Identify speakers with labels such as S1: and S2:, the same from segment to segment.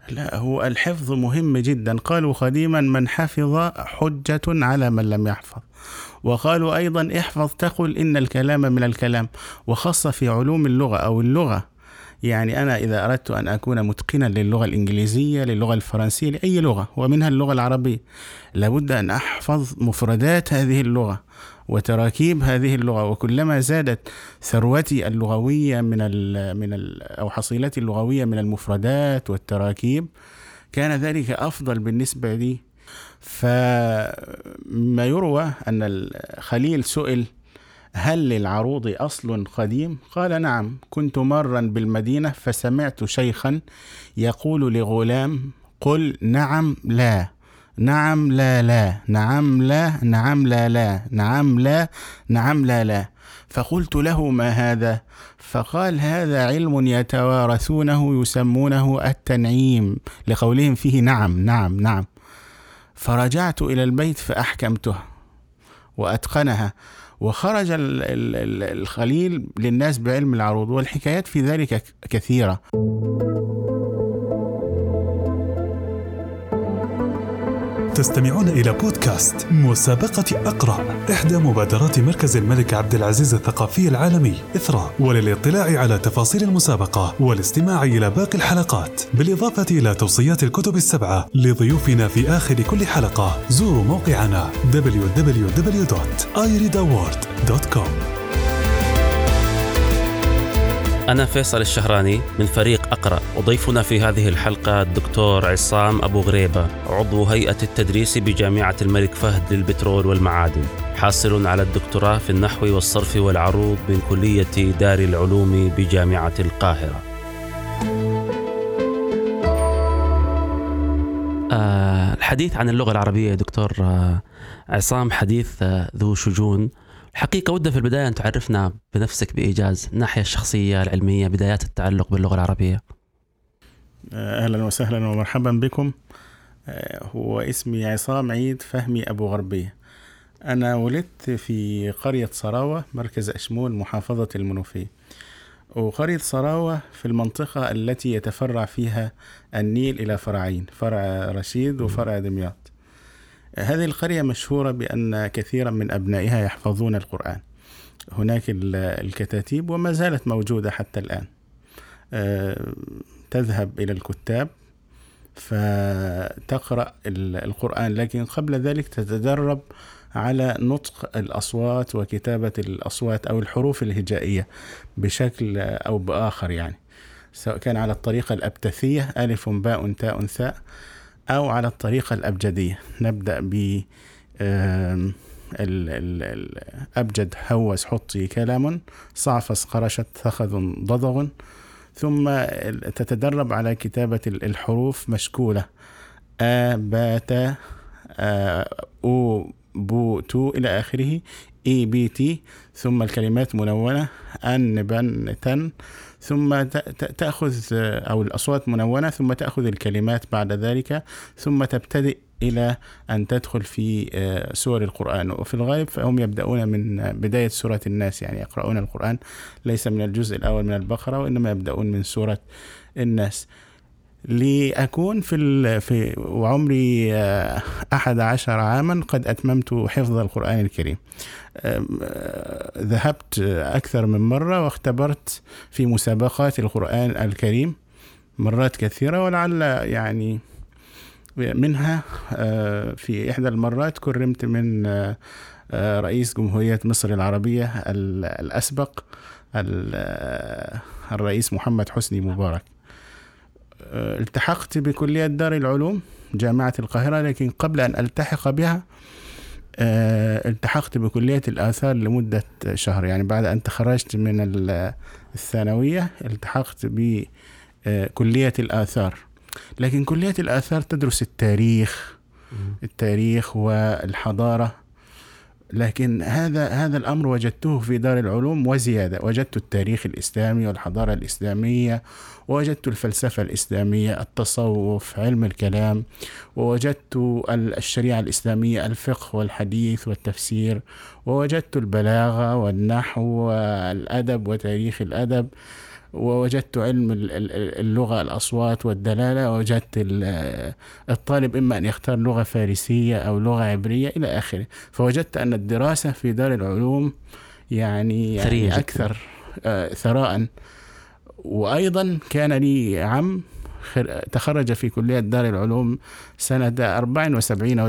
S1: لا، هو الحفظ مهم جدا. قالوا قديما من حفظ حجة على من لم يحفظ، وقالوا أيضا احفظ تقل إن الكلام من الكلام، وخاصة في علوم اللغة أو اللغة. يعني أنا إذا أردت أن أكون متقنا للغة الإنجليزية، للغة الفرنسية، لأي لغة ومنها اللغة العربية، لابد أن أحفظ مفردات هذه اللغة وتراكيب هذه اللغة. وكلما زادت ثروتي اللغوية أو حصيلتي اللغوية من المفردات والتراكيب، كان ذلك أفضل بالنسبة لي. فما يروى أن الخليل سئل: هل للعروض أصل قديم؟ قال: نعم، كنت مرا بالمدينة فسمعت شيخا يقول لغلام: قل نعم لا، نعم لا لا، نعم لا، نعم لا لا، نعم لا، نعم لا لا. فقلت له: ما هذا؟ فقال: هذا علم يتوارثونه يسمونه التنعيم، لقولهم فيه نعم نعم نعم. فرجعت إلى البيت فأحكمتها وأتقنها، وخرج الخليل للناس بعلم العروض، والحكايات في ذلك كثيرة.
S2: تستمعون إلى بودكاست مسابقة أقرأ، إحدى مبادرات مركز الملك عبد العزيز الثقافي العالمي إثراء. وللاطلاع على تفاصيل المسابقة والاستماع إلى باقي الحلقات بالإضافة إلى توصيات الكتب السبعة لضيوفنا في آخر كل حلقة، زوروا موقعنا www.ireadaward.com.
S3: أنا فيصل الشهراني من فريق أقرأ، وضيفنا في هذه الحلقة الدكتور عصام أبو غريبة، عضو هيئة التدريس بجامعة الملك فهد للبترول والمعادن، حاصل على الدكتوراه في النحو والصرف والعروض من كلية دار العلوم بجامعة القاهرة. الحديث عن اللغة العربية يا دكتور عصام حديث ذو شجون. الحقيقة ودنا في البداية أن تعرفنا بنفسك بإيجاز، الناحية الشخصية العلمية، بدايات التعلق باللغة العربية.
S1: أهلا وسهلا ومرحبا بكم. هو اسمي عصام عيد فهمي أبو غربية. أنا ولدت في قرية صراوة، مركز أشمون، محافظة المنوفية. وقرية صراوة في المنطقة التي يتفرع فيها النيل إلى فرعين، فرع رشيد وفرع دمياط. هذه القرية مشهورة بأن كثيرا من أبنائها يحفظون القرآن. هناك الكتاتيب وما زالت موجودة حتى الآن. تذهب إلى الكتاب فتقرأ القرآن، لكن قبل ذلك تتدرب على نطق الأصوات وكتابة الأصوات أو الحروف الهجائية بشكل أو بآخر، يعني سواء كان على الطريقة الأبتثية ألف باء تاء ثاء، أو على الطريقة الأبجدية. نبدأ ب الأبجد: هوس حطي كلام، صعفص قرشت ثخذ ضضغ. ثم تتدرب على كتابة الحروف مشكولة: أ با تا أو بو تو إلى آخره، إي بي تي. ثم الكلمات منونة: أن بن تن. ثم تأخذ أو الأصوات منونة، ثم تأخذ الكلمات بعد ذلك، ثم تبتدئ إلى أن تدخل في سور القرآن. وفي الغالب فهم يبدأون من بداية سورة الناس، يعني يقرؤون القرآن ليس من الجزء الأول من البقرة، وإنما يبدأون من سورة الناس. لأكون في وعمري 11 عاما قد أتممت حفظ القرآن الكريم. ذهبت أكثر من مرة واختبرت في مسابقات القرآن الكريم مرات كثيرة، ولعل يعني منها في إحدى المرات كرمت من رئيس جمهورية مصر العربية الأسبق الرئيس محمد حسني مبارك. التحقت بكلية دار العلوم جامعة القاهرة، لكن قبل أن ألتحق بها التحقت بكلية الآثار لمدة شهر. يعني بعد أن تخرجت من الثانوية التحقت بكلية الآثار. لكن كلية الآثار تدرس التاريخ والحضارة، لكن هذا الأمر وجدته في دار العلوم وزيادة. وجدت التاريخ الإسلامي والحضارة الإسلامية، ووجدت الفلسفة الإسلامية، التصوف، علم الكلام، ووجدت الشريعة الإسلامية، الفقه والحديث والتفسير، ووجدت البلاغة والنحو والأدب وتاريخ الأدب. ووجدت علم اللغة الأصوات والدلالة، ووجدت الطالب إما أن يختار لغة فارسية أو لغة عبرية إلى آخره. فوجدت أن الدراسة في دار العلوم يعني أكثر ثراء. وأيضا كان لي عم تخرج في كلية دار العلوم سنة 74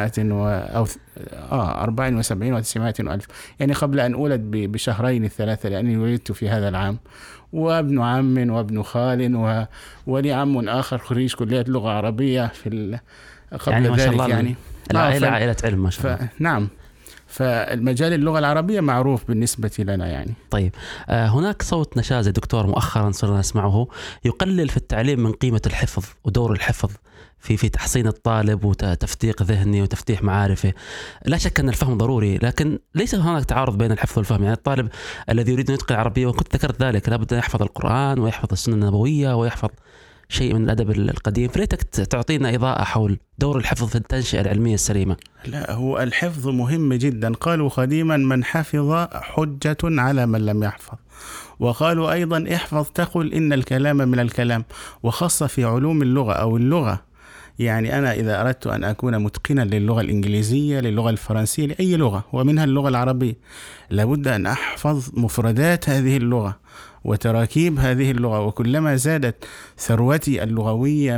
S1: و900 ألف، يعني قبل أن أولد بشهرين 3، لأني ولدت في هذا العام. وابن عم وابن خال ولي عم آخر خريج كلية لغة عربية في قبل
S3: يعني ما شاء
S1: ذلك.
S3: الله
S1: يعني
S3: عائلة علم ما شاء الله.
S1: نعم، فالمجال اللغة العربية معروف بالنسبة لنا يعني.
S3: طيب هناك صوت نشاز دكتور مؤخرا صرنا نسمعه يقلل في التعليم من قيمة الحفظ ودور الحفظ في تحصين الطالب وتفتيق ذهني وتفتيح معارفه. لا شك أن الفهم ضروري، لكن ليس هناك تعارض بين الحفظ والفهم. يعني الطالب الذي يريد أن يتقن العربية، وكنت ذكرت ذلك، لابد أن يحفظ القرآن ويحفظ السنة النبوية ويحفظ شيء من الأدب القديم. فليتك تعطينا إضاءة حول دور الحفظ في التنشئة العلمية السليمة.
S1: لا، هو الحفظ مهم جدا. قالوا قديما من حفظ حجة على من لم يحفظ، وقالوا أيضا احفظ تقل إن الكلام من الكلام. وخاصة في علوم اللغة أو اللغة، يعني أنا إذا أردت أن أكون متقنا للغة الإنجليزية، للغة الفرنسية، لأي لغة ومنها اللغة العربية، لابد أن أحفظ مفردات هذه اللغة وتراكيب هذه اللغة. وكلما زادت ثروتي اللغوية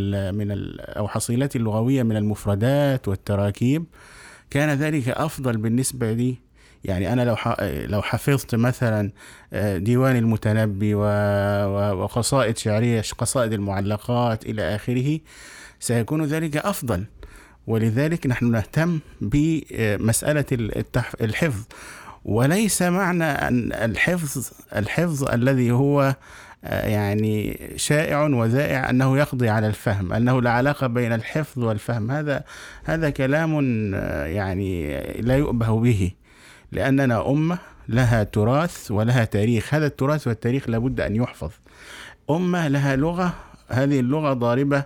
S1: أو حصيلتي اللغوية من المفردات والتراكيب، كان ذلك أفضل بالنسبة لي. يعني أنا لو حفظت مثلا ديوان المتنبي وقصائد شعرية، قصائد المعلقات إلى آخره، سيكون ذلك أفضل. ولذلك نحن نهتم بمسألة الحفظ. وليس معنى أن الحفظ الذي هو يعني شائع وذائع أنه يقضي على الفهم، أنه لا علاقة بين الحفظ والفهم. هذا كلام يعني لا يؤبه به، لأننا أمة لها تراث ولها تاريخ. هذا التراث والتاريخ لابد أن يحفظ. أمة لها لغة، هذه اللغة ضاربة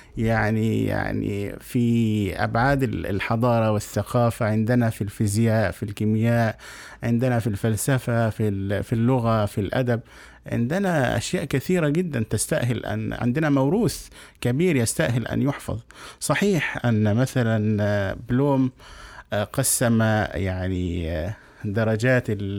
S1: يعني في أبعاد الحضارة والثقافة. عندنا في الفيزياء، في الكيمياء، عندنا في الفلسفة، في اللغة، في الأدب، عندنا أشياء كثيرة جدا تستأهل عندنا موروث كبير يستأهل أن يحفظ. صحيح أن مثلا بلوم قسم يعني درجات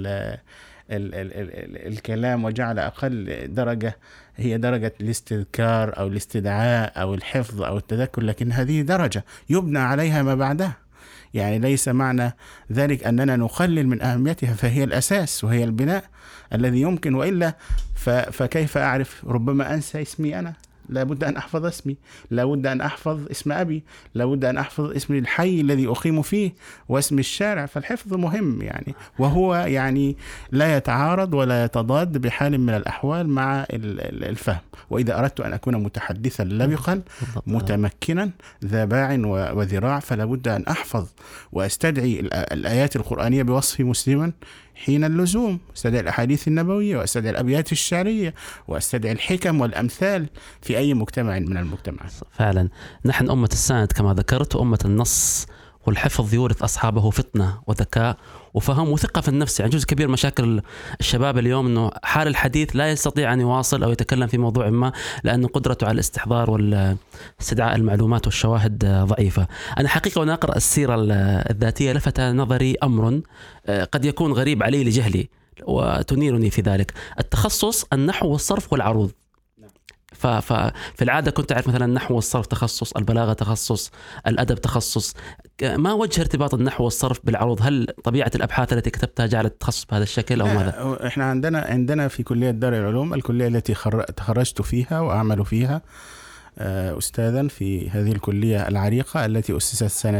S1: الكلام وجعل أقل درجة هي درجة الاستذكار أو الاستدعاء أو الحفظ أو التذكر، لكن هذه درجة يبنى عليها ما بعدها. يعني ليس معنى ذلك أننا نقلل من أهميتها، فهي الأساس وهي البناء الذي يمكن. وإلا فكيف أعرف؟ ربما أنسى اسمي أنا، لابد أن أحفظ اسمي، لابد أن أحفظ اسم أبي، لابد أن أحفظ اسم الحي الذي أقيم فيه واسم الشارع. فالحفظ مهم يعني، وهو يعني لا يتعارض ولا يتضاد بحال من الأحوال مع الفهم. وإذا أردت أن أكون متحدثا لبقا متمكنا ذا باع وذراع، فلابد أن أحفظ وأستدعي الآيات القرآنية بوصفي مسلما حين اللزوم، استدعي الأحاديث النبوية، واستدعي الأبيات الشعرية، واستدعي الحكم والأمثال في أي مجتمع من المجتمعات.
S3: فعلا نحن أمة السند كما ذكرت، وأمة النص. والحفظ يورث أصحابه فطنة وذكاء وفهم وثقة في النفس. يعني جزء كبير مشاكل الشباب اليوم أنه حال الحديث لا يستطيع أن يواصل أو يتكلم في موضوع ما، لأنه قدرته على الاستحضار والاستدعاء المعلومات والشواهد ضعيفة. أنا حقيقة وأنا أقرأ السيرة الذاتية لفت نظري أمر قد يكون غريب علي لجهلي وتنيرني في ذلك. التخصص النحو والصرف والعروض. ففي العادة كنت أعرف مثلا النحو والصرف تخصص، البلاغة تخصص، الأدب تخصص. ما وجه ارتباط النحو والصرف بالعروض؟ هل طبيعة الأبحاث التي كتبتها جعلت التخصص بهذا الشكل أو ماذا؟
S1: إحنا عندنا في كلية دار العلوم، الكلية التي تخرجت فيها وأعمل فيها أستاذا في هذه الكلية العريقة التي أسست سنة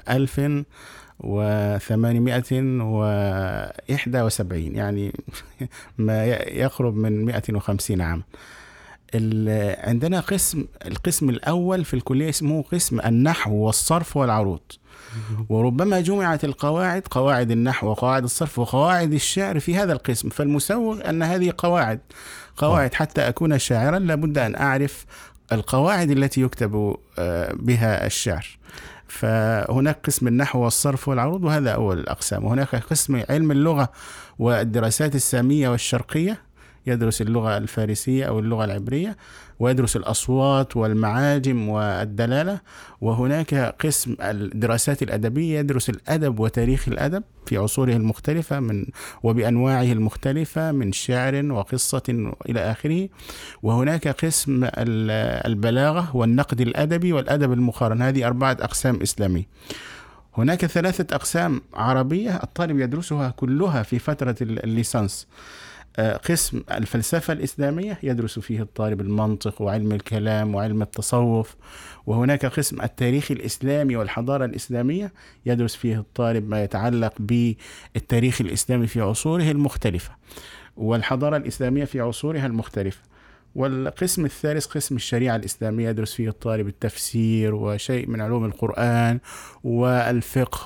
S1: 1871، يعني ما يقرب من 150 عام. عندنا القسم الأول في الكلية اسمه قسم النحو والصرف والعروض، وربما جمعت قواعد النحو وقواعد الصرف وقواعد الشعر في هذا القسم. فالمسوغ أن هذه قواعد حتى أكون شاعرا لابد أن أعرف القواعد التي يكتب بها الشعر. فهناك قسم النحو والصرف والعروض، وهذا أول الأقسام. وهناك قسم علم اللغة والدراسات السامية والشرقية، يدرس اللغة الفارسية أو اللغة العبرية، ويدرس الأصوات والمعاجم والدلالة. وهناك قسم الدراسات الأدبية يدرس الأدب وتاريخ الأدب في عصوره المختلفة وبأنواعه المختلفة من شعر وقصة إلى آخره. وهناك قسم البلاغة والنقد الأدبي والأدب المقارن، هذه 4 أقسام إسلامية. هناك 3 أقسام عربية الطالب يدرسها كلها في فترة الليسانس. قسم الفلسفة الإسلامية يدرس فيه الطالب المنطق وعلم الكلام وعلم التصوف. وهناك قسم التاريخ الإسلامي والحضارة الإسلامية يدرس فيه الطالب ما يتعلق بالتاريخ الإسلامي في عصوره المختلفة والحضارة الإسلامية في عصورها المختلفة. والقسم الثالث قسم الشريعة الإسلامية يدرس فيه الطالب التفسير وشيء من علوم القرآن والفقه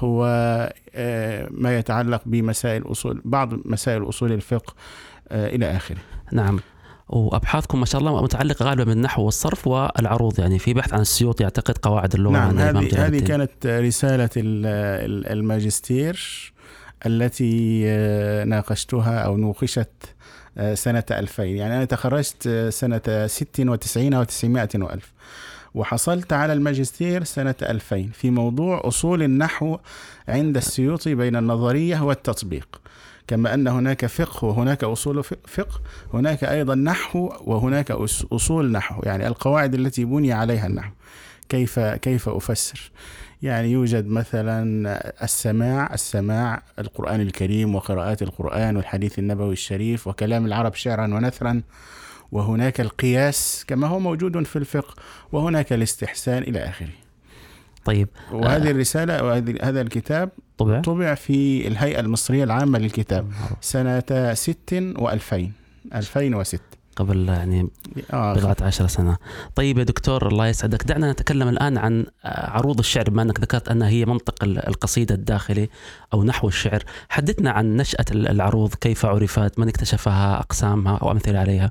S1: وما يتعلق بعض مسائل أصول الفقه إلى آخره.
S3: نعم. وأبحاثكم ما شاء الله متعلقة غالبا بالنحو والصرف والعروض، يعني في بحث عن السيوطي يعتقد قواعد اللغة.
S1: نعم، هذه كانت رسالة الماجستير التي ناقشتها أو نوقشت سنة 2000. يعني أنا تخرجت سنة 96 و900 وألف، وحصلت على الماجستير سنة 2000 في موضوع أصول النحو عند السيوطي بين النظرية والتطبيق. كما أن هناك فقه وهناك أصول فقه، هناك أيضا نحو وهناك أصول نحو، يعني القواعد التي بني عليها النحو. كيف أفسر؟ يعني يوجد مثلا السماع القرآن الكريم وقراءات القرآن والحديث النبوي الشريف وكلام العرب شعرا ونثرا. وهناك القياس كما هو موجود في الفقه، وهناك الاستحسان إلى آخره.
S3: طيب،
S1: وهذه الرسالة وهذا الكتاب طبع في الهيئة المصرية العامة للكتاب سنة 6 و2006،
S3: قبل يعني بضعة 10 سنة. طيب يا دكتور، الله يسعدك، دعنا نتكلم الآن عن عروض الشعر، بما أنك ذكرت أنها هي منطق القصيدة الداخلي أو نحو الشعر. حدثنا عن نشأة العروض، كيف عرفت، من اكتشفها، أقسامها أو أمثلة عليها.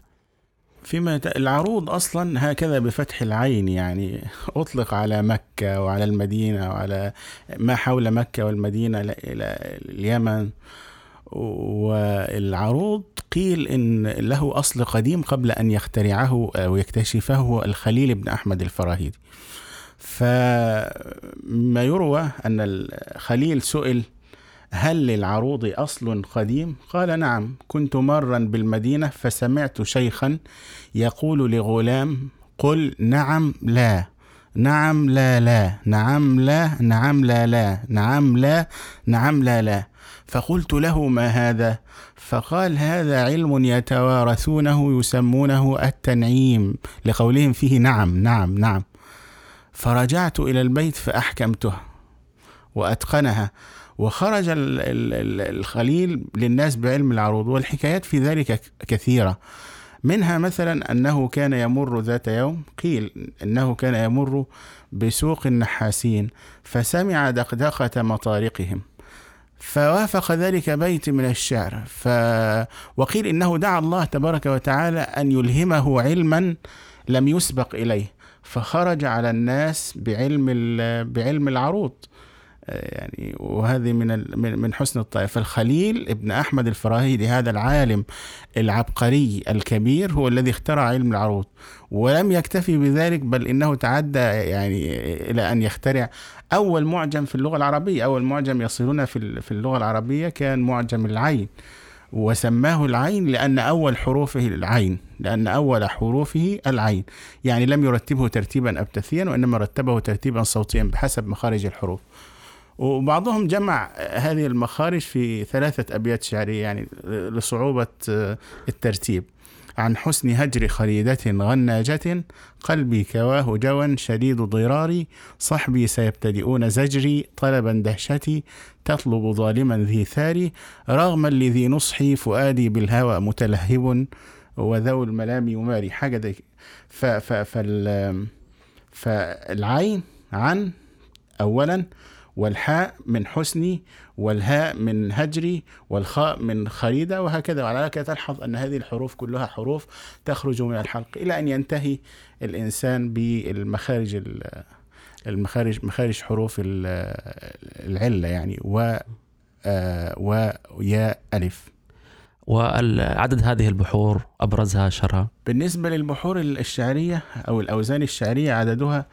S1: العروض أصلا هكذا بفتح العين، يعني أطلق على مكة وعلى المدينة وعلى ما حول مكة والمدينة إلى اليمن. والعروض قيل إن له أصل قديم قبل أن يخترعه أو يكتشفه الخليل بن أحمد الفراهيدي. فما يروى أن الخليل سئل: هل للعروض أصل قديم؟ قال: نعم، كنت مرا بالمدينة فسمعت شيخا يقول لغلام: قل نعم لا، نعم لا لا، نعم لا، نعم لا لا، نعم لا، نعم لا لا. فقلت له: ما هذا؟ فقال: هذا علم يتوارثونه يسمونه التنعيم، لقولهم فيه نعم نعم نعم. فرجعت إلى البيت فأحكمتها وأتقنها، وخرج الخليل للناس بعلم العروض. والحكايات في ذلك كثيرة، منها مثلا أنه كان يمر ذات يوم، قيل أنه كان يمر بسوق النحاسين فسمع دقدقة مطارقهم، فوافق ذلك بيت من الشعر. وقيل إنه دعا الله تبارك وتعالى أن يلهمه علما لم يسبق إليه، فخرج على الناس بعلم العروض. يعني وهذه من حسن الطائف. فالخليل ابن أحمد الفراهيدي هذا العالم العبقري الكبير هو الذي اخترع علم العروض، ولم يكتفي بذلك بل إنه تعدى يعني إلى أن يخترع أول معجم في اللغة العربية. أول معجم يصلنا في اللغة العربية كان معجم العين، وسماه العين لأن أول حروفه العين، يعني لم يرتبه ترتيبا أبتثيا وإنما رتبه ترتيبا صوتيا بحسب مخارج الحروف. وبعضهم جمع هذه المخارج في 3 أبيات شعرية يعني لصعوبة الترتيب: عن حسن هجر خريدة غناجة، قلبي كواه جوا شديد ضراري، صحبي سيبتدئون زجري، طلبا دهشتي تطلب ظالما ذي ثاري، رغما لذي نصحي فؤادي بالهوى متلهب، وذو الملام يماري. حاجة ذي. فالعين عن أولا، والحاء من حسني، والهاء من هجري، والخاء من خريدة، وهكذا. وعلى ذلك تلحظ أن هذه الحروف كلها حروف تخرج من الحلق إلى أن ينتهي الإنسان بالمخارج مخارج حروف العلة، يعني و يا ألف.
S3: وعدد هذه البحور أبرزها شرها؟
S1: بالنسبة للبحور الشعرية أو الأوزان الشعرية عددها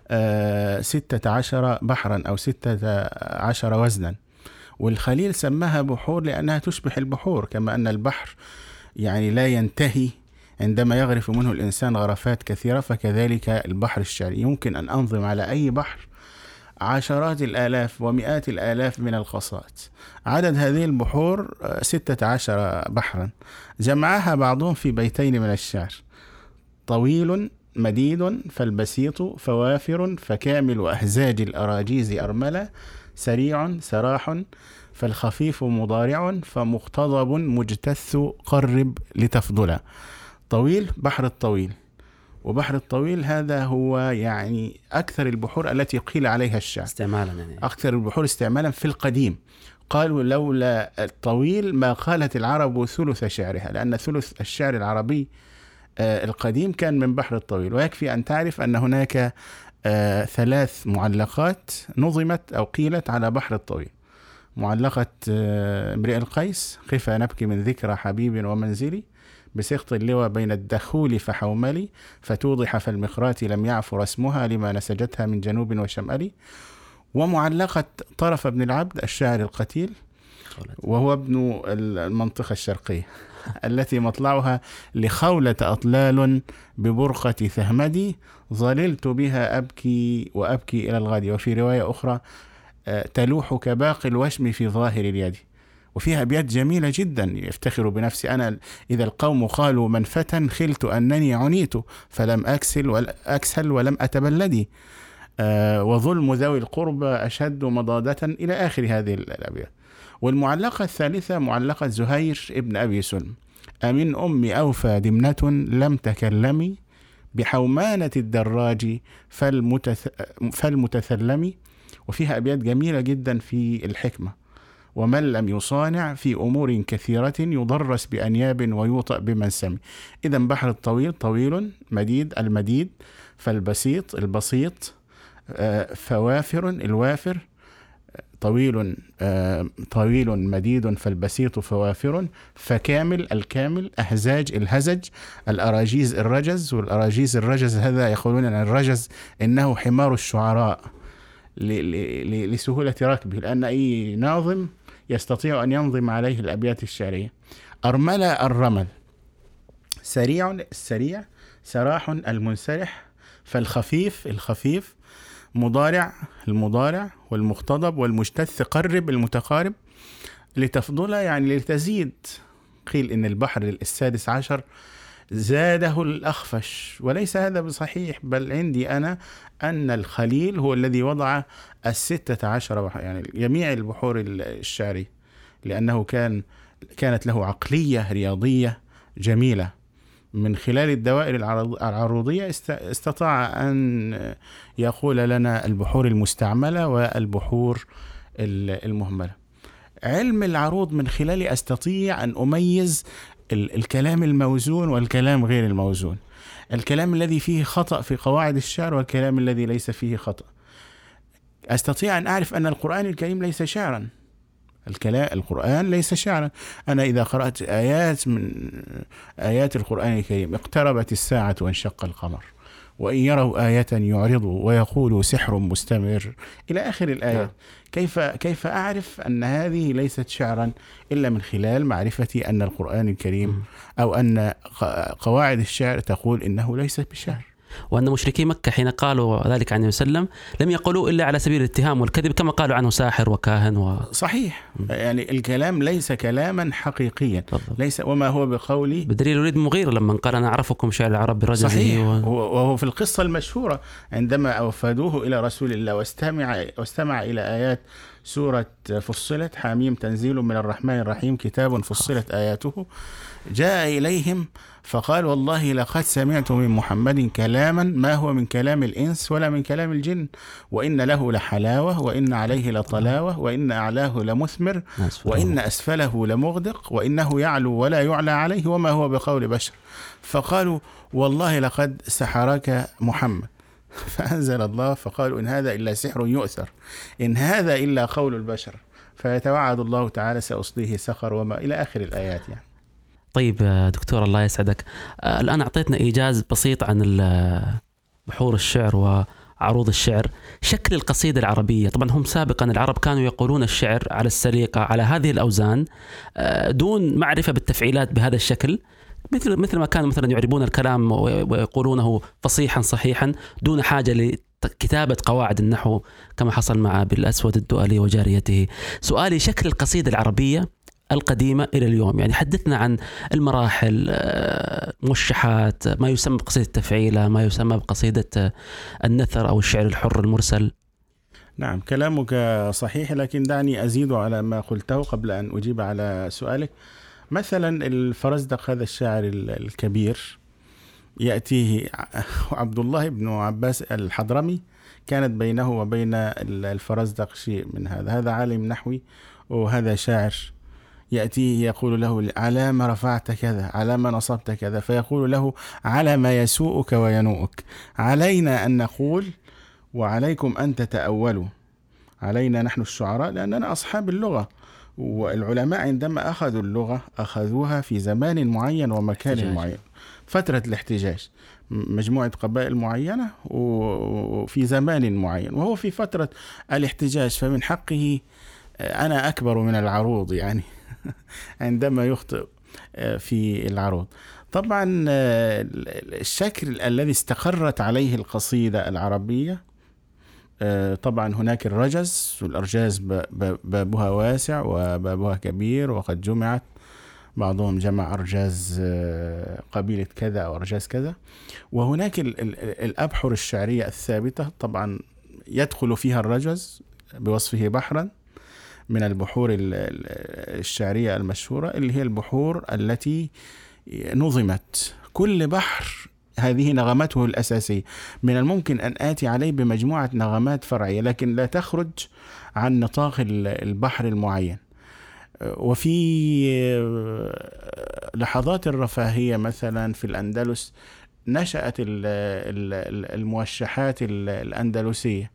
S1: 16 بحرا أو 16 وزنا. والخليل سماها بحور لأنها تشبه البحور، كما أن البحر يعني لا ينتهي عندما يغرف منه الإنسان غرفات كثيرة، فكذلك البحر الشعري يمكن أن أنظم على أي بحر عشرات الآلاف ومئات الآلاف من القصائد. عدد هذه البحور 16 بحرا، جمعها بعضهم في بيتين من الشعر: طويل مديد فالبسيط فوافر فكامل أهزاج الأراجيز أرملة سريع سراح فالخفيف مضارع فمقتضب مجتث قرب لتفضلا. طويل، بحر الطويل، وبحر الطويل هذا هو يعني أكثر البحور التي قيل عليها الشعر
S3: استعمالا، يعني
S1: أكثر البحور استعمالا في القديم. قالوا لولا الطويل ما قالت العرب ثلث شعرها، لأن ثلث الشعر العربي القديم كان من بحر الطويل. ويكفي أن تعرف أن هناك 3 معلقات نظمت أو قيلت على بحر الطويل: معلقة امرئ القيس: خفا نبكي من ذكرى حبيب ومنزلي، بسقط اللوى بين الدخول فحوملي، فتوضح فالمخرات لم يعفر اسمها لما نسجتها من جنوب وشمالي. ومعلقة طرف بن العبد الشاعر القتيل، وهو ابن المنطقة الشرقية التي مطلعها لخولة أطلال ببرقة ثهمدي، ظللت بها أبكي وأبكي إلى الغد. وفي رواية أخرى: تلوح كباقي الوشم في ظاهر اليد. وفيها أبيات جميلة جدا يفتخر بنفسي: أنا إذا القوم قالوا من فتى خلت أنني عنيت فلم أكسل ولم أتبلدي، وظلم ذوي القربى أشد مضادة، إلى آخر هذه الأبيات. والمعلقة الثالثة معلقة زهير ابن أبي سلم: أمن أمي أوفى دمنة لم تكلمي بحومانة الدراج فالمتثلم. وفيها أبيات جميلة جدا في الحكمة: ومن لم يصانع في أمور كثيرة يضرس بأنياب ويوطأ بمنسم. إذن بحر الطويل طويل، مديد المديد، فالبسيط البسيط، فوافر الوافر، طويل مديد فالبسيط فوافر، فكامل الكامل، أهزاج الهزج، الأراجيز الرجز. والأراجيز الرجز هذا يقولون أن الرجز إنه حمار الشعراء لسهولة ركبه، لأن أي ناظم يستطيع أن ينظم عليه الأبيات الشعرية. أرملة الرمل، سريع السريع، سراح المنسرح، فالخفيف الخفيف، مضارع المضارع، والمقتضب والمجتث قرب المتقارب، لتفضل يعني لتزيد. قيل إن البحر 16 زاده الأخفش، وليس هذا بصحيح، بل عندي أنا أن الخليل هو الذي وضع 16 بحر، يعني جميع البحور الشعرية، لأنه كانت له عقلية رياضية جميلة. من خلال الدوائر العروضية استطاع أن يقول لنا البحور المستعملة والبحور المهملة. علم العروض من خلاله أستطيع أن أميز الكلام الموزون والكلام غير الموزون، الكلام الذي فيه خطأ في قواعد الشعر والكلام الذي ليس فيه خطأ. أستطيع أن أعرف أن القرآن الكريم ليس شعرا، القرآن ليس شعرا. أنا إذا قرأت آيات من آيات القرآن الكريم: اقتربت الساعة وانشق القمر، وإن يروا آية يعرضوا ويقولوا سحر مستمر، إلى آخر الآيات. كيف أعرف أن هذه ليست شعرا إلا من خلال معرفتي أن القرآن الكريم أو أن قواعد الشعر تقول إنه ليس بشعر.
S3: وأن مشركي مكة حين قالوا ذلك عنه وسلم لم يقولوا إلا على سبيل الاتهام والكذب، كما قالوا عنه ساحر وكاهن
S1: صحيح. يعني الكلام ليس كلاما حقيقيا، ليس وما هو بقولي،
S3: بدليل وليد مغيرة لما قال أنا أعرفكم شعر العرب برجزه.
S1: صحيح. وهو في القصة المشهورة عندما أوفدوه إلى رسول الله واستمع إلى آيات سورة فصلت حاميم تنزيل من الرحمن الرحيم كتاب فصلت آياته، جاء إليهم فقال: والله لقد سمعت من محمد كلاما ما هو من كلام الإنس ولا من كلام الجن، وإن له لحلاوة وإن عليه لطلاوة وإن أعلاه لمثمر وإن أسفله لمغدق وإنه يعلو ولا يعلى عليه وما هو بقول بشر. فقالوا: والله لقد سحرك محمد. فأنزل الله فقالوا: إن هذا إلا سحر يؤثر، إن هذا إلا قول البشر. فيتوعد الله تعالى: سأصليه سقر، وما إلى آخر الآيات. يعني
S3: طيب دكتور الله يسعدك، الآن أعطيتنا إيجاز بسيط عن بحور الشعر وعروض الشعر. شكل القصيدة العربية، طبعا هم سابقا العرب كانوا يقولون الشعر على السليقة على هذه الأوزان دون معرفة بالتفعيلات بهذا الشكل، مثل ما كانوا مثلا يعربون الكلام ويقولونه فصيحا صحيحا دون حاجة لكتابة قواعد النحو كما حصل مع بالأسود الدؤلي وجاريته. سؤالي شكل القصيدة العربية القديمة إلى اليوم، يعني حدثنا عن المراحل، موشحات، ما يسمى بقصيدة التفعيلة، ما يسمى بقصيدة النثر أو الشعر الحر المرسل.
S1: نعم كلامك صحيح، لكن دعني أزيد على ما قلته قبل أن أجيب على سؤالك. مثلا الفرزدق هذا الشاعر الكبير يأتيه عبد الله بن عباس الحضرمي، كانت بينه وبين الفرزدق شيء من هذا عالم نحوي وهذا شاعر، يأتيه يقول له على ما رفعت كذا، على ما نصبت كذا، فيقول له على ما يسوءك وينوءك، علينا أن نقول وعليكم أن تتأولوا، علينا نحن الشعراء لأننا أصحاب اللغة، والعلماء عندما أخذوا اللغة أخذوها في زمان معين ومكان معين، فترة الاحتجاج، مجموعة قبائل معينة وفي زمان معين، وهو في فترة الاحتجاج، فمن حقه أنا أكبر من العروض يعني عندما يخطئ في العروض. طبعا الشكل الذي استقرت عليه القصيدة العربية، طبعا هناك الرجز، والأرجاز بابها واسع وبابها كبير، وقد جمعت، بعضهم جمع أرجاز قبيلة كذا أو أرجاز كذا، وهناك الأبحر الشعرية الثابتة، طبعا يدخل فيها الرجز بوصفه بحرا من البحور الشعرية المشهورة، اللي هي البحور التي نظمت، كل بحر هذه نغمته الأساسية، من الممكن أن آتي عليه بمجموعة نغمات فرعية لكن لا تخرج عن نطاق البحر المعين. وفي لحظات الرفاهية مثلا في الأندلس نشأت الموشحات الأندلسية،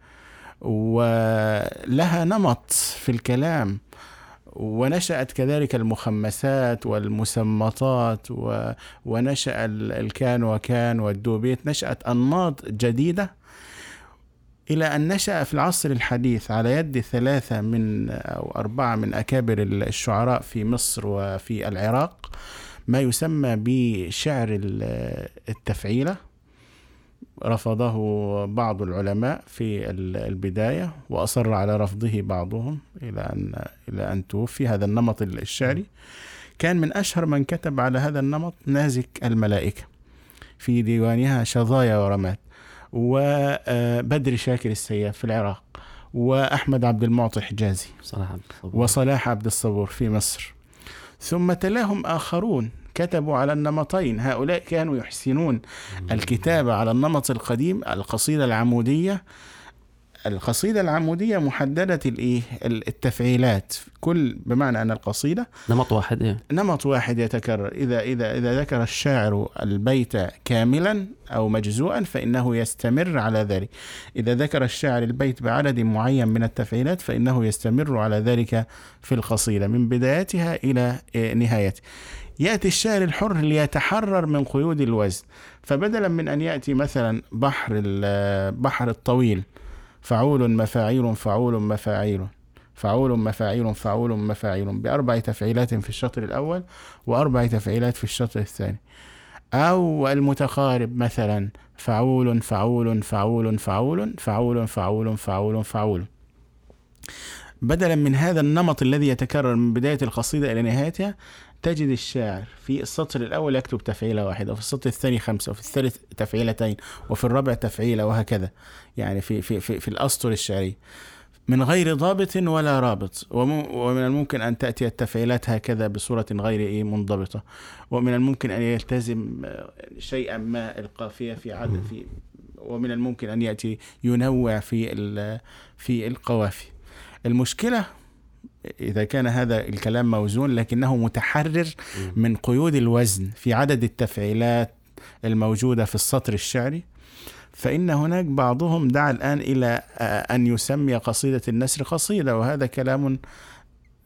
S1: ولها نمط في الكلام، ونشأت كذلك المخمسات والمسمطات، ونشأ الكان وكان والدوبيت، نشأت أنماط جديدة، إلى أن نشأ في العصر الحديث على يد 3 أو 4 من أكابر الشعراء في مصر وفي العراق ما يسمى بشعر التفعيلة. رفضه بعض العلماء في البداية، وأصر على رفضه بعضهم إلى أن توفي هذا النمط الشعري. كان من أشهر من كتب على هذا النمط نازك الملائكة في ديوانها شظايا ورمات، وبدر شاكر السياف في العراق، وأحمد عبد المعطي حجازي، وصلاح عبد الصبور في مصر، ثم تلاهم آخرون كتبوا على النمطين. هؤلاء كانوا يحسنون الكتابة على النمط القديم، القصيدة العمودية محددة التفعيلات، بمعنى أن القصيدة نمط واحد يتكرر. إذا ذكر الشاعر البيت كاملا أو مجزوءا فإنه يستمر على ذلك، إذا ذكر الشاعر البيت بعدد معين من التفعيلات فإنه يستمر على ذلك في القصيدة من بدايتها إلى نهايتها. يأتي الشاعر الحر ليتحرر من قيود الوزن، فبدلا من أن يأتي مثلا بحر الطويل فعول مفاعيل فعول مفاعيل فعول مفاعيل فعول مفاعيل ب4 تفعيلات في الشطر الأول و4 تفعيلات في الشطر الثاني، أو المتقارب مثلا فعول فعول فعول فعول فعول فعول فعول فعول. بدلا من هذا النمط الذي يتكرر من بداية القصيدة إلى نهايتها، تجد الشاعر في السطر الأول يكتب تفعيلة واحدة، وفي السطر الثاني 5، وفي الثالث تفعيلتين، وفي الرابع تفعيلة، وهكذا يعني في الأسطر الشعري من غير ضابط ولا رابط. ومن الممكن أن تأتي التفعيلات هكذا بصورة غير منضبطة، ومن الممكن أن يلتزم شيئا ما القافية في عدد ومن الممكن أن يأتي ينوع في القوافي. المشكلة إذا كان هذا الكلام موزون لكنه متحرر من قيود الوزن في عدد التفعيلات الموجودة في السطر الشعري، فإن هناك بعضهم دعا الآن إلى أن يسمي قصيدة النسر قصيدة، وهذا كلام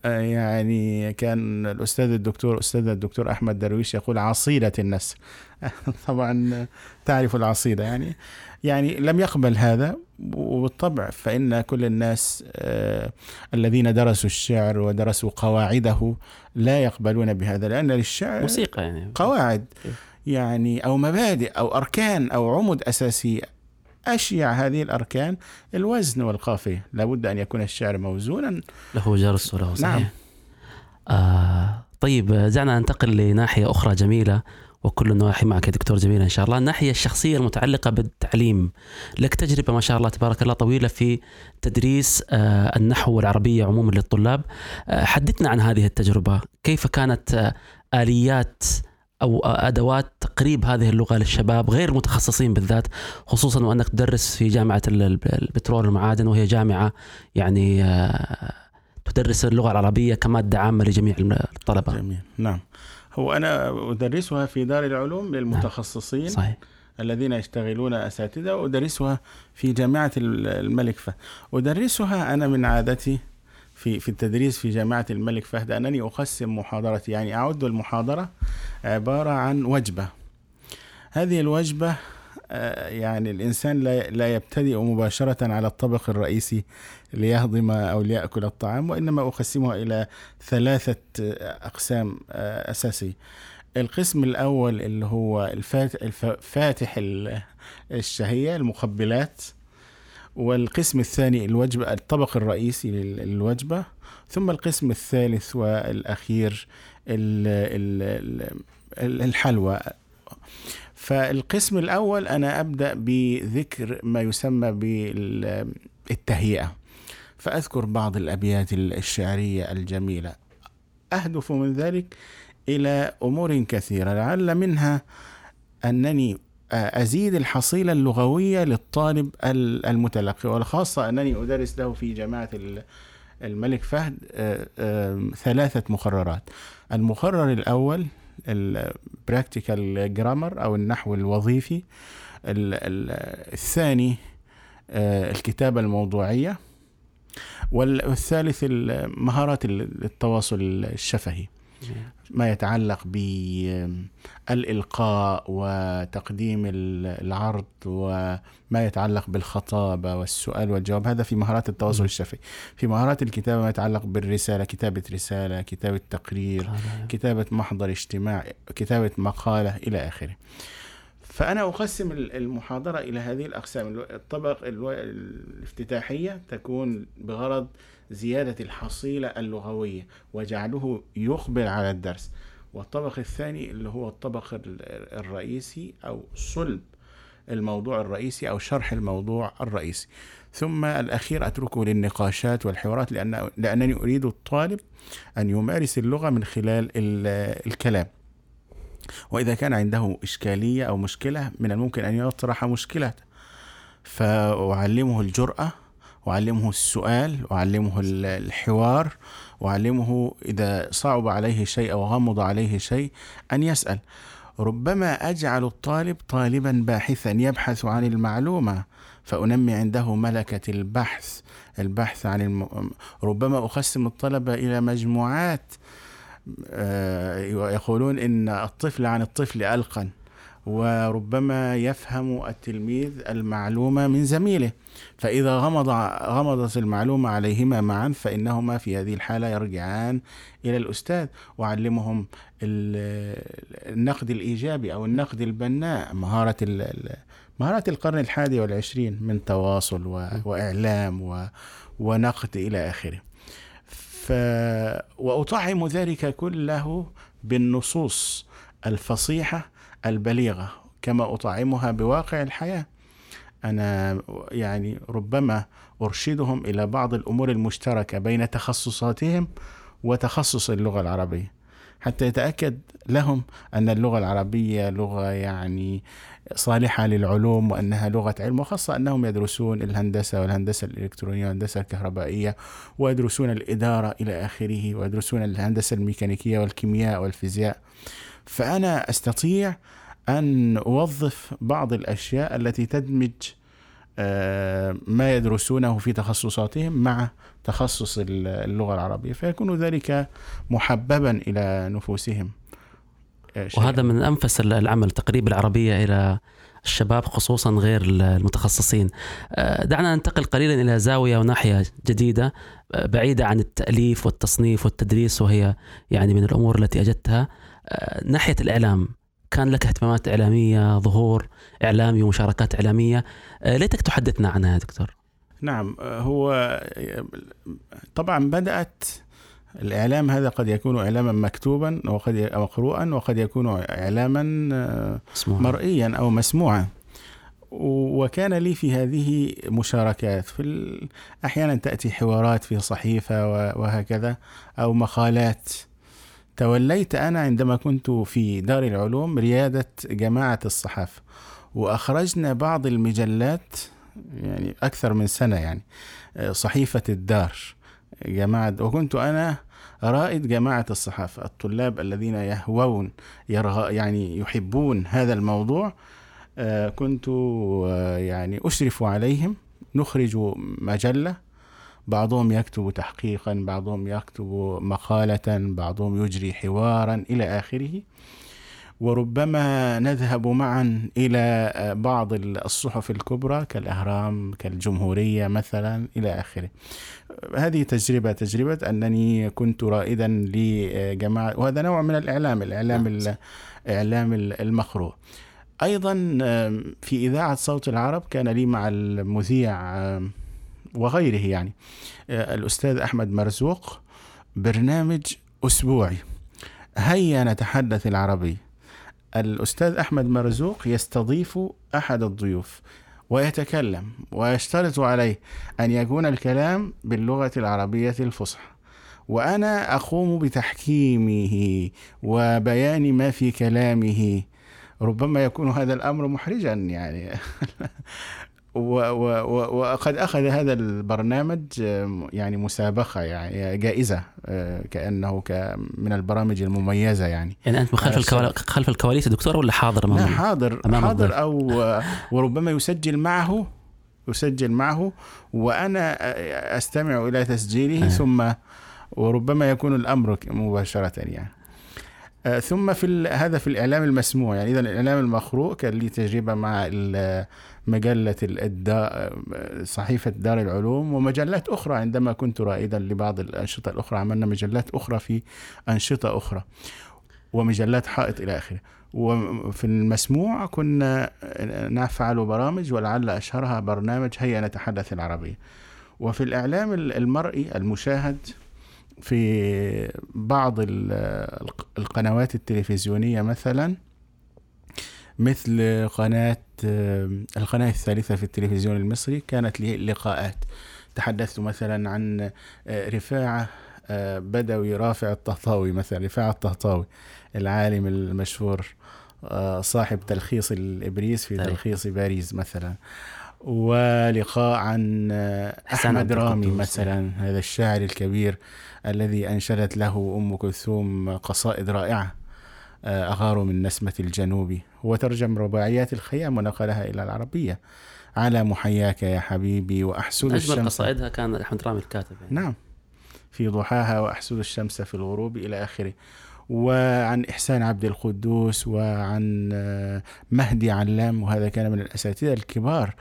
S1: يعني كان أستاذ الدكتور أحمد درويش يقول عصيدة النثر. طبعا تعرف العصيدة يعني لم يقبل هذا. وبالطبع فإن كل الناس الذين درسوا الشعر ودرسوا قواعده لا يقبلون بهذا، لأن للشعر
S3: موسيقى يعني
S1: قواعد يعني أو مبادئ أو أركان أو عمود أساسية. أشيع هذه الأركان الوزن والقافية، لابد أن يكون الشعر موزونا
S3: له جرس وله صحيح.
S1: نعم.
S3: طيب دعنا ننتقل لناحية أخرى جميلة، وكل النواحي معك يا دكتور جميلة إن شاء الله، الناحية الشخصية المتعلقة بالتعليم. لك تجربة ما شاء الله تبارك الله طويلة في تدريس النحو والعربية عموما للطلاب. حدثنا عن هذه التجربة، كيف كانت آليات أو أدوات تقريب هذه اللغة للشباب غير المتخصصين بالذات، خصوصا وأنك تدرس في جامعة البترول والمعادن، وهي جامعة يعني تدرس اللغة العربية كمادة عامة لجميع الطلبة.
S1: جميل. نعم، هو أنا أدرسها في دار العلوم للمتخصصين.
S3: صحيح.
S1: الذين يشتغلون أساتذة، وأدرسها في جامعة الملك فهد. أدرسها أنا من عادتي في التدريس في جامعة الملك فهد أنني أقسم محاضرتي، يعني أعد المحاضرة عبارة عن وجبة. هذه الوجبة يعني الإنسان لا يبتدئ مباشرة على الطبق الرئيسي ليهضم أو ليأكل الطعام، وإنما أقسمها إلى 3 أقسام أساسية. القسم الأول اللي هو الفاتح الشهية، المقبلات. والقسم الثاني الوجبة، الطبق الرئيسي للوجبة. ثم القسم الثالث والأخير الحلوى. فالقسم الأول أنا أبدأ بذكر ما يسمى بالتهيئة، فأذكر بعض الأبيات الشعرية الجميلة. أهدف من ذلك إلى أمور كثيرة، لعل منها أنني أزيد الحصيلة اللغوية للطالب المتلقي، والخاصة أنني أدرس له في جامعة الملك فهد 3 مقررات. المقرر الأول البراكتيكال جرامر أو النحو الوظيفي. الثاني الكتابة الموضوعية. والثالث مهارات التواصل الشفهي، ما يتعلق بالإلقاء وتقديم العرض، وما يتعلق بالخطابة والسؤال والجواب. هذا في مهارات التواصل الشفهي. في مهارات الكتابة ما يتعلق بالرسالة، كتابة رسالة، كتابة تقرير، كتابة محضر اجتماع، كتابة مقالة إلى آخره. فأنا أقسم المحاضرة إلى هذه الأقسام. الطبق الافتتاحية تكون بغرض زيادة الحصيلة اللغوية وجعله يقبل على الدرس. والطبق الثاني اللي هو الطبق الرئيسي أو صلب الموضوع الرئيسي أو شرح الموضوع الرئيسي. ثم الأخير أتركه للنقاشات والحوارات، لأنني أريد الطالب أن يمارس اللغة من خلال الكلام. وإذا كان عنده إشكالية أو مشكلة من الممكن أن يطرح مشكلة، فأعلمه الجرأة، وأعلمه السؤال، وأعلمه الحوار، وأعلمه إذا صعب عليه شيء أو غمض عليه شيء أن يسأل. ربما أجعل الطالب طالبا باحثا يبحث عن المعلومة، فأنمي عنده ملكة البحث عن ربما أقسم الطلبة إلى مجموعات، يقولون إن الطفل عن الطفل ألقن، وربما يفهم التلميذ المعلومة من زميله، فإذا غمضت المعلومة عليهما معا فإنهما في هذه الحالة يرجعان إلى الأستاذ، وعلمهم النقد الإيجابي أو النقد البناء، مهارات القرن 21 من تواصل وإعلام ونقد إلى آخره. وأطعم ذلك كله بالنصوص الفصيحة البليغة كما أطعمها بواقع الحياة. أنا يعني ربما أرشدهم إلى بعض الأمور المشتركة بين تخصصاتهم وتخصص اللغة العربية، حتى يتأكد لهم أن اللغة العربية لغة يعني صالحة للعلوم، وأنها لغة علم، وخاصة أنهم يدرسون الهندسة والهندسة الإلكترونية والهندسة الكهربائية، ويدرسون الإدارة إلى آخره، ويدرسون الهندسة الميكانيكية والكيمياء والفيزياء. فأنا أستطيع أن أوظف بعض الأشياء التي تدمج ما يدرسونه في تخصصاتهم مع تخصص اللغة العربية، فيكون ذلك محببا إلى نفوسهم.
S3: وهذا من أنفس العمل، تقريب العربية إلى الشباب خصوصا غير المتخصصين. دعنا ننتقل قليلا إلى زاوية وناحية جديدة بعيدة عن التأليف والتصنيف والتدريس، وهي يعني من الأمور التي أجدتها ناحية الإعلام. كان لك اهتمامات إعلامية، ظهور إعلامي ومشاركات إعلامية، ليتك تحدثنا عنها يا دكتور.
S1: نعم، هو طبعا بدأت الإعلام هذا قد يكون إعلاما مكتوبا وقد مقروءا، وقد يكون إعلاما مرئيا أو مسموعا. وكان لي في هذه مشاركات، أحيانا تأتي حوارات في صحيفة وهكذا أو مقالات. توليت أنا عندما كنت في دار العلوم ريادة جماعة الصحافة، وأخرجنا بعض المجلات يعني أكثر من سنة، يعني صحيفة الدار جماعة، وكنت أنا رائد جماعة الصحافة. الطلاب الذين يهوون يعني يحبون هذا الموضوع كنت يعني أشرف عليهم. نخرج مجلة، بعضهم يكتب تحقيقا، بعضهم يكتب مقالة، بعضهم يجري حوارا إلى آخره. وربما نذهب معا إلى بعض الصحف الكبرى كالأهرام، كالجمهورية مثلا إلى آخره. هذه تجربة أنني كنت رائدا لجماعة، وهذا نوع من الإعلام المقروء. أيضا في إذاعة صوت العرب كان لي مع المذيع وغيره يعني الأستاذ أحمد مرزوق برنامج أسبوعي، هيا نتحدث العربي. الأستاذ أحمد مرزوق يستضيف أحد الضيوف ويتكلم، ويشترط عليه أن يكون الكلام باللغة العربية الفصحى، وأنا أقوم بتحكيمه وبيان ما في كلامه. ربما يكون هذا الأمر محرجا يعني وقد أخذ هذا البرنامج يعني مسابقة، يعني جائزة، كأنه من البرامج المميزة يعني
S3: أنت خلف الكواليس دكتور ولا حاضر؟
S1: لا، حاضر وربما يسجل معه وأنا أستمع إلى تسجيله ثم وربما يكون الأمر مباشرة يعني. ثم هذا في الإعلام المسموع يعني. إذا الإعلام المقروء كان لي تجربة مع مجلة صحيفة دار العلوم ومجلات أخرى. عندما كنت رائدا لبعض الأنشطة الأخرى عملنا مجلات أخرى في أنشطة أخرى ومجلات حائط إلى آخره. وفي المسموع كنا نفعل برامج، ولعل أشهرها برنامج هيا نتحدث العربية. وفي الإعلام المرئي المشاهد في بعض القنوات التلفزيونية مثلا، مثل القناة الثالثة في التلفزيون المصري، كانت لي لقاءات تحدثت مثلا عن رفاعة بدوي رافع الطهطاوي مثلا، رفاعة الطهطاوي العالم المشهور صاحب تلخيص الإبريز في تلخيص باريس مثلا. ولقاء عن أحمد رامي مثلا، هذا الشاعر الكبير الذي أنشدت له أم كلثوم قصائد رائعة، أغار من نسمة الجنوب. هو ترجم رباعيات الخيام ونقلها إلى العربية، على محياك يا حبيبي وأحسد الشمس.
S3: أجمل قصائدها كان أحمد رامي الكاتب يعني.
S1: نعم، في ضحاها وأحسد الشمس في الغروب إلى آخره. وعن إحسان عبد القدوس وعن مهدي علام، وهذا كان من الأساتذة الكبار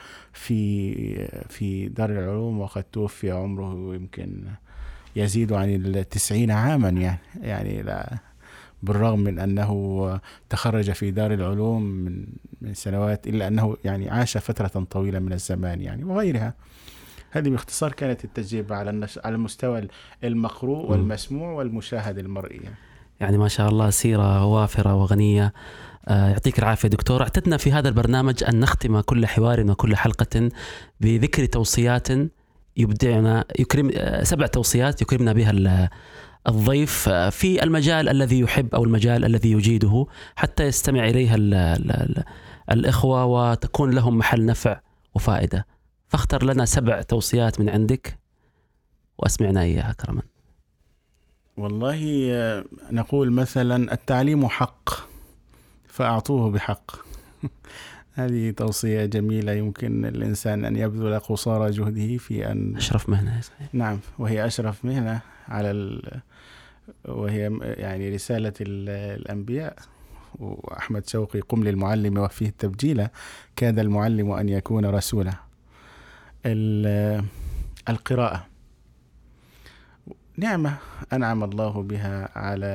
S1: في دار العلوم، وقد توفي عمره يمكن يزيد عن 90 عاما يعني لا، بالرغم من أنه تخرج في دار العلوم من سنوات، إلا أنه يعني عاش فترة طويلة من الزمان يعني وغيرها. هذه باختصار كانت التجربة على المستوى المقروء والمسموع والمشاهد المرئي
S3: يعني ما شاء الله سيرة وافرة وغنية. يعطيك العافية دكتور. اعتدنا في هذا البرنامج أن نختم كل حوار وكل حلقة بذكر توصيات يبدعنا 7 توصيات يكرمنا بها الضيف في المجال الذي يحب أو المجال الذي يجيده، حتى يستمع إليها الإخوة وتكون لهم محل نفع وفائدة. فاختر لنا 7 توصيات من عندك وأسمعنا إياها كرما.
S1: والله نقول مثلا التعليم حق فأعطوه بحق. هذه توصية جميلة يمكن الإنسان أن يبذل قصارى جهده في أن
S3: أشرف مهنة.
S1: نعم، وهي أشرف مهنة وهي يعني رسالة الأنبياء. وأحمد شوقي قم للمعلم وفيه التبجيل، كاد المعلم أن يكون رسولا. القراءة نعمة أنعم الله بها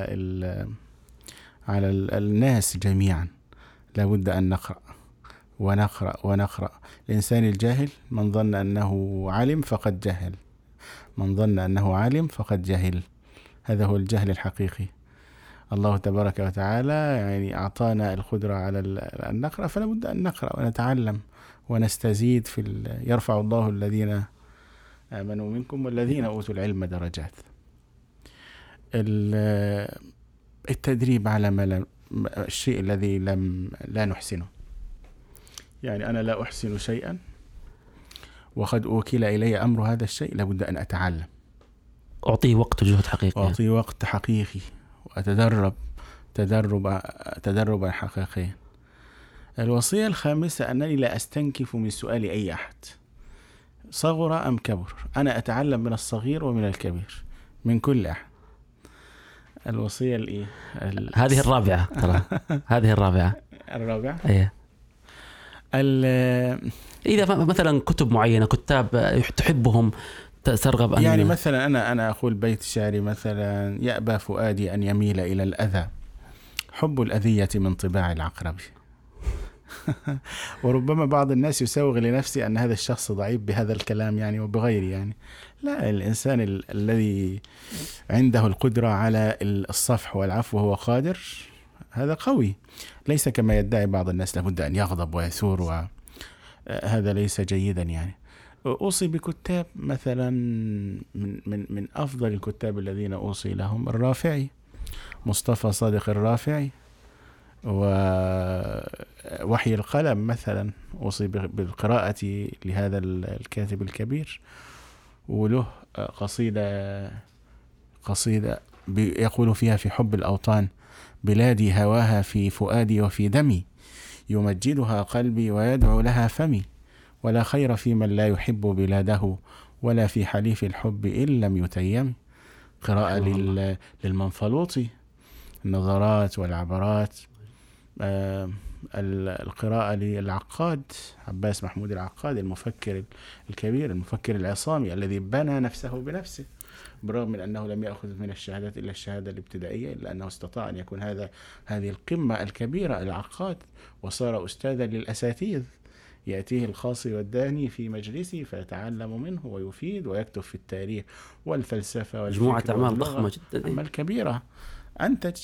S1: على الناس جميعا. لابد أن نقرأ ونقرأ ونقرأ. الإنسان الجاهل من ظن أنه علم فقد جهل، من ظن أنه عالم فقد جهل. هذا هو الجهل الحقيقي. الله تبارك وتعالى يعني أعطانا القدرة على أن نقرأ، فلا بد أن نقرأ ونتعلم ونستزيد يرفع الله الذين آمنوا منكم والذين أوتوا العلم درجات. التدريب على الشيء الذي لا نحسنه. يعني أنا لا أحسن شيئا وقد أوكل إلي أمر هذا الشيء، لابد أن أتعلم،
S3: أعطيه وقت وجهد حقيقي،
S1: أعطيه وقت حقيقي، وأتدرب تدربا حقيقيا. الوصية الخامسة أنني لا أستنكف من سؤال أي أحد صغر أم كبر. أنا أتعلم من الصغير ومن الكبير، من كل أحد. الوصية
S3: هذه الرابعة ترى. هذه الرابعة.
S1: أيه.
S3: إذا مثلا كتب معينة، كتاب تحبهم ترغب أن
S1: يعني مثلا أنا أقول بيت شعري مثلا: يأبى فؤادي أن يميل إلى الأذى، حب الأذية من طباع العقرب. وربما بعض الناس يسوغ لنفسه أن هذا الشخص ضعيف بهذا الكلام يعني وبغيره. يعني لا، الإنسان الذي عنده القدرة على الصفح والعفو وهو قادر، هذا قوي، ليس كما يدعي بعض الناس لابد أن يغضب ويثور، وهذا ليس جيدا. يعني أوصي بكتاب مثلا من أفضل الكتاب الذين أوصي لهم الرافعي، مصطفى صادق الرافعي، ووحي القلم مثلا. أوصي بالقراءة لهذا الكاتب الكبير، وله قصيدة يقول فيها: في حب الأوطان بلادي هواها في فؤادي وفي دمي، يمجدها قلبي ويدعو لها فمي، ولا خير في من لا يحب بلاده، ولا في حليف الحب إن لم يتيم. قراءة للمنفلوطي، النظرات والعبرات. القراءة للعقاد، عباس محمود العقاد، المفكر الكبير، المفكر العصامي الذي بنى نفسه بنفسه، برغم من أنه لم يأخذ من الشهادات إلا الشهادة الابتدائية، إلا أنه استطاع أن يكون هذه القمة الكبيرة، العقاد، وصار أستاذا للأساتذة. يأتيه الخاصي والداني في مجلسه فيتعلم منه ويفيد، ويكتب في التاريخ والفلسفة
S3: مجموعة أعمال ضخمة جدا،
S1: أعمال كبيرة أنتج.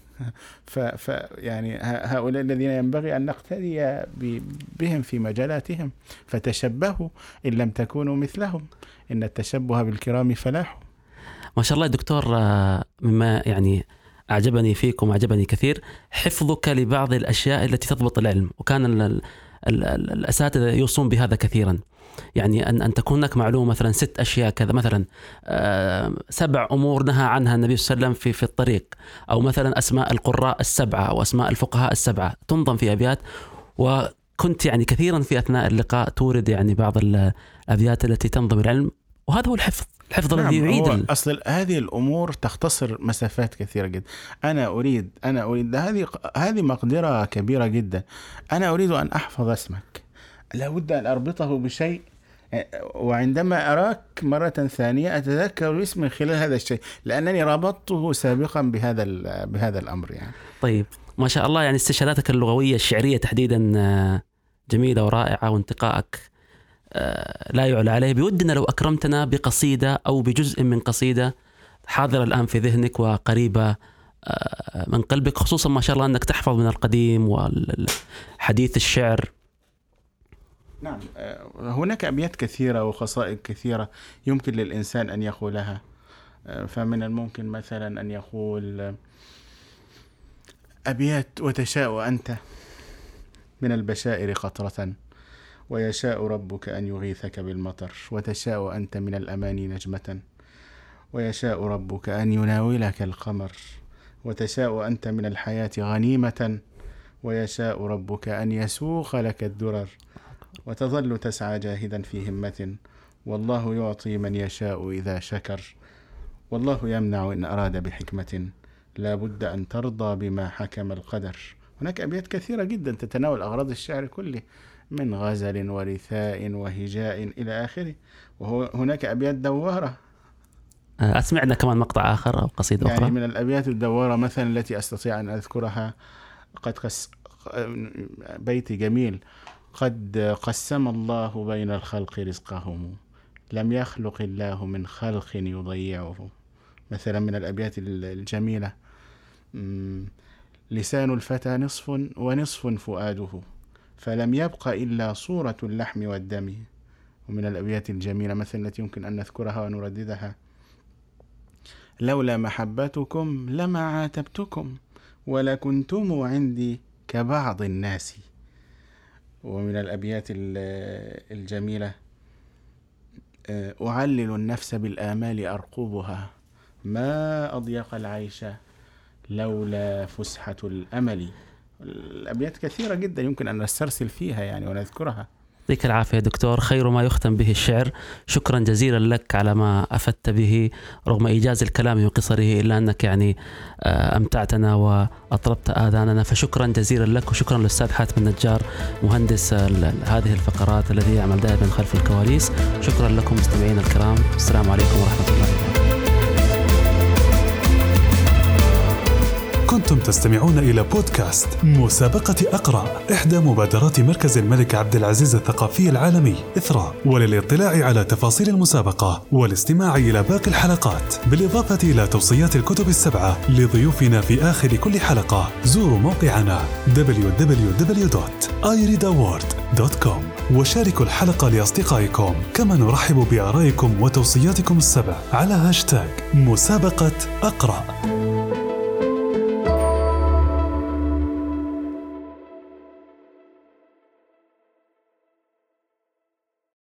S1: يعني هؤلاء الذين ينبغي أن نقتدي بهم في مجالاتهم، فتشبهوا إن لم تكونوا مثلهم، إن التشبه بالكرام فلاح.
S3: ما شاء الله دكتور، مما يعني أعجبني فيكم، أعجبني كثير حفظك لبعض الأشياء التي تضبط العلم، وكان الأساتذة يوصون بهذا كثيرا. يعني أن تكون لك معلومة مثلا 6 أشياء كذا، مثلا 7 أمور نهى عنها النبي صلى الله عليه وسلم في الطريق، أو مثلا أسماء القراء 7 أو أسماء الفقهاء 7 تنظم في أبيات. وكنت يعني كثيرا في أثناء اللقاء تورد يعني بعض الأبيات التي تنظم العلم، وهذا هو الحفظ الذي يعيد
S1: أصل هذه الأمور تختصر مسافات كثيرة جدا. أنا أريد هذه مقدرة كبيرة جدا. أنا أريد أن أحفظ اسمك، لابد أن أربطه بشيء، وعندما أراك مرة ثانية أتذكر اسمي من خلال هذا الشيء، لأنني ربطته سابقا بهذا الأمر يعني.
S3: طيب، ما شاء الله، يعني استشهاداتك اللغوية الشعرية تحديدا جميلة ورائعة، وانتقائك لا يعلى عليه. بودنا لو أكرمتنا بقصيدة أو بجزء من قصيدة حاضرة الآن في ذهنك وقريبة من قلبك، خصوصا ما شاء الله أنك تحفظ من القديم والحديث الشعر.
S1: نعم، هناك أبيات كثيرة وقصائد كثيرة يمكن للإنسان أن يقولها. فمن الممكن مثلا أن يقول أبيات: وتشاء أنت من البشائر قطرة، ويشاء ربك أن يغيثك بالمطر، وتشاء أنت من الأماني نجمة، ويشاء ربك أن يناولك القمر، وتشاء أنت من الحياة غنيمة، ويشاء ربك أن يسوق لك الدرر وتظل تسعى جاهدا في همة، والله يعطي من يشاء إذا شكر، والله يمنع إن أراد بحكمة، لا بد أن ترضى بما حكم القدر. هناك أبيات كثيرة جدا تتناول أغراض الشعر كله، من غزل ورثاء وهجاء إلى آخره، وهناك أبيات دوارة.
S3: أسمعنا كمان مقطع آخر أو قصيدة أخرى
S1: يعني من الأبيات الدوارة مثلا التي أستطيع أن أذكرها، بيت جميل: قد قسم الله بين الخلق رزقهم، لم يخلق الله من خلق يضيعه. مثلا من الأبيات الجميلة: لسان الفتى نصف ونصف فؤاده، فلم يبق إلا صورة اللحم والدم. ومن الأبيات الجميلة مثلا التي يمكن أن نذكرها ونرددها: لولا محبتكم لما عاتبتكم، ولكنتم عندي كبعض الناس. ومن الأبيات الجميلة: أعلل النفس بالآمال أرقبها، ما أضيق العيش لولا فسحة الأمل. الأبيات كثيرة جدا يمكن أن نسترسل فيها يعني ونذكرها.
S3: يعطيك العافية دكتور، خير ما يختم به الشعر. شكرا جزيلا لك على ما أفدت به رغم إيجاز الكلام وقصره، إلا أنك يعني أمتعتنا وأطربت آذاننا، فشكرا جزيلا لك. وشكرا للأستاذ حاتم النجار مهندس هذه الفقرات الذي يعمل دائما خلف الكواليس. شكرا لكم مستمعين الكرام، السلام عليكم ورحمة الله وبركاته.
S2: كنتم تستمعون إلى بودكاست مسابقة أقرأ، إحدى مبادرات مركز الملك عبد العزيز الثقافي العالمي إثراء. وللاطلاع على تفاصيل المسابقة والاستماع إلى باقي الحلقات بالإضافة إلى توصيات الكتب السبعة لضيوفنا في آخر كل حلقة، زوروا موقعنا www.ireadaward.com وشاركوا الحلقة لأصدقائكم. كما نرحب بآرائكم وتوصياتكم السبع على هاشتاغ مسابقة أقرأ.